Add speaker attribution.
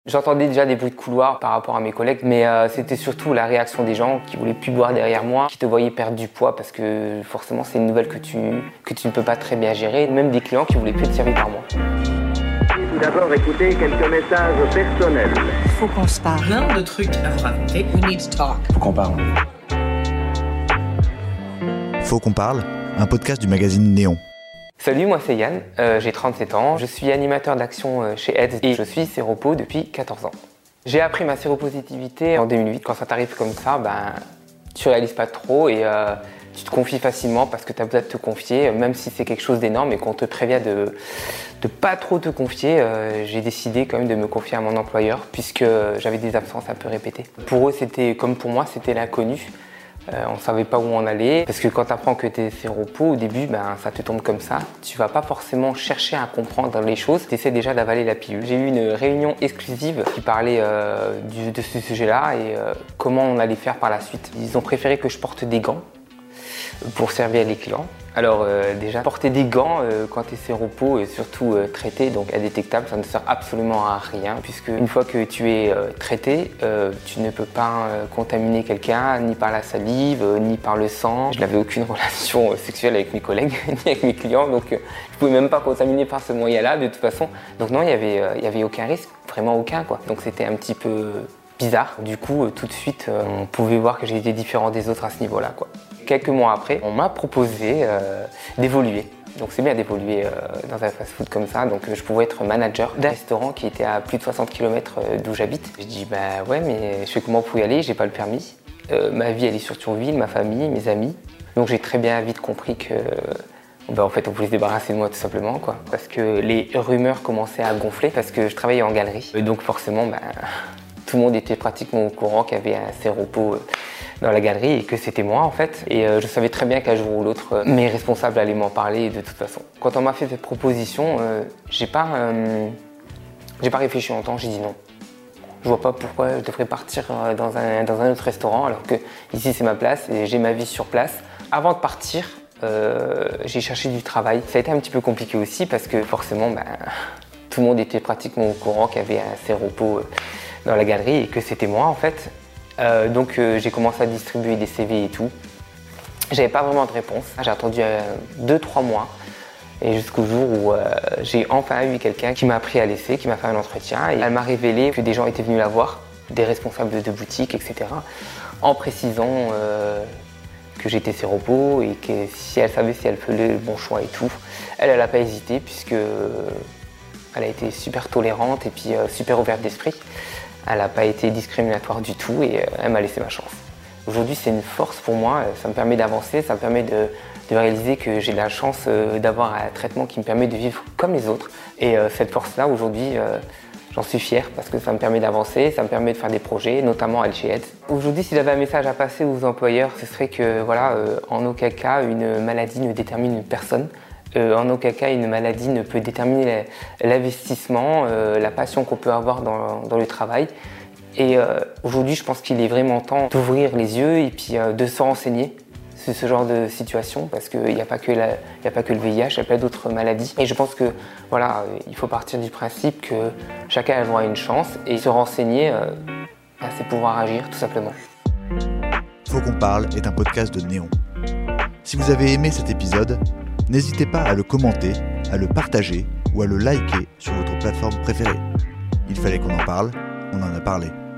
Speaker 1: J'entendais déjà des bruits de couloir par rapport à mes collègues, mais c'était surtout la réaction des gens qui voulaient plus boire derrière moi, qui te voyaient perdre du poids parce que forcément c'est une nouvelle que tu ne peux pas très bien gérer, même des clients qui voulaient plus être servis par moi.
Speaker 2: Tout d'abord, écoutez quelques messages personnels.
Speaker 3: Faut qu'on se parle.
Speaker 4: Plein de trucs à vous raconter.
Speaker 3: We need to talk.
Speaker 5: Faut qu'on parle.
Speaker 6: Faut qu'on parle, un podcast du magazine Néon.
Speaker 1: Salut, moi c'est Yann, j'ai 37 ans, je suis animateur d'action chez Aids et je suis séropo depuis 14 ans. J'ai appris ma séropositivité en 2008. Quand ça t'arrive comme ça, tu réalises pas trop et tu te confies facilement parce que tu as besoin de te confier, même si c'est quelque chose d'énorme et qu'on te prévient de pas trop te confier. J'ai décidé quand même de me confier à mon employeur puisque j'avais des absences un peu répétées. Pour eux, c'était comme pour moi, c'était l'inconnu. On ne savait pas où on allait, parce que quand tu apprends que tu es séropo, au début, ça te tombe comme ça. Tu vas pas forcément chercher à comprendre les choses, tu essaies déjà d'avaler la pilule. J'ai eu une réunion exclusive qui parlait de ce sujet-là et comment on allait faire par la suite. Ils ont préféré que je porte des gants pour servir les clients. Alors déjà, porter des gants quand tu es séropo et surtout traité, donc indétectable, ça ne sert absolument à rien puisque une fois que tu es traité, tu ne peux pas contaminer quelqu'un ni par la salive, ni par le sang. Je n'avais aucune relation sexuelle avec mes collègues, ni avec mes clients, donc je ne pouvais même pas contaminer par ce moyen-là de toute façon. Donc non, il y avait aucun risque, vraiment aucun quoi. Donc c'était un petit peu bizarre. Du coup, tout de suite, on pouvait voir que j'étais différent des autres à ce niveau-là quoi. Quelques mois après, on m'a proposé d'évoluer. Donc c'est bien d'évoluer dans un fast-food comme ça. Donc je pouvais être manager d'un restaurant qui était à plus de 60 km d'où j'habite. Je dis ouais, mais je fais comment pour y aller, j'ai pas le permis. Ma vie elle est sur Thionville, ma famille, mes amis. Donc j'ai très bien vite compris que en fait on voulait se débarrasser de moi tout simplement quoi. Parce que les rumeurs commençaient à gonfler parce que je travaillais en galerie. Et donc forcément tout le monde était pratiquement au courant qu'il y avait un séropo dans la galerie et que c'était moi en fait. Et je savais très bien qu'un jour ou l'autre, mes responsables allaient m'en parler de toute façon. Quand on m'a fait cette proposition, j'ai pas réfléchi longtemps, j'ai dit non. Je vois pas pourquoi je devrais partir dans un autre restaurant alors que ici c'est ma place et j'ai ma vie sur place. Avant de partir, j'ai cherché du travail. Ça a été un petit peu compliqué aussi parce que forcément, tout le monde était pratiquement au courant qu'il y avait un séropo dans la galerie et que c'était moi en fait. Donc j'ai commencé à distribuer des CV et tout. J'avais pas vraiment de réponse. J'ai attendu 2-3 mois et jusqu'au jour où j'ai enfin eu quelqu'un qui m'a appris à l'essai, qui m'a fait un entretien et elle m'a révélé que des gens étaient venus la voir, des responsables de boutique, etc. en précisant que j'étais séropo et que si elle savait si elle faisait le bon choix et tout, elle n'a pas hésité puisque elle a été super tolérante et puis super ouverte d'esprit. Elle n'a pas été discriminatoire du tout et elle m'a laissé ma chance. Aujourd'hui, c'est une force pour moi, ça me permet d'avancer, ça me permet de réaliser que j'ai la chance d'avoir un traitement qui me permet de vivre comme les autres. Et cette force-là, aujourd'hui, j'en suis fier parce que ça me permet d'avancer, ça me permet de faire des projets, notamment à chez Aids. Aujourd'hui, si j'avais un message à passer aux employeurs, ce serait que en aucun cas, une maladie ne détermine une personne. En aucun cas, une maladie ne peut déterminer l'investissement, la passion qu'on peut avoir dans le travail. Et aujourd'hui, je pense qu'il est vraiment temps d'ouvrir les yeux et puis de se renseigner sur ce genre de situation parce qu'il n'y a pas que le VIH, il y a plein d'autres maladies. Et je pense que il faut partir du principe que chacun a droit à une chance et se renseigner, c'est pouvoir agir tout simplement.
Speaker 6: Faut qu'on parle est un podcast de Néon. Si vous avez aimé cet épisode, n'hésitez pas à le commenter, à le partager ou à le liker sur votre plateforme préférée. Il fallait qu'on en parle, on en a parlé.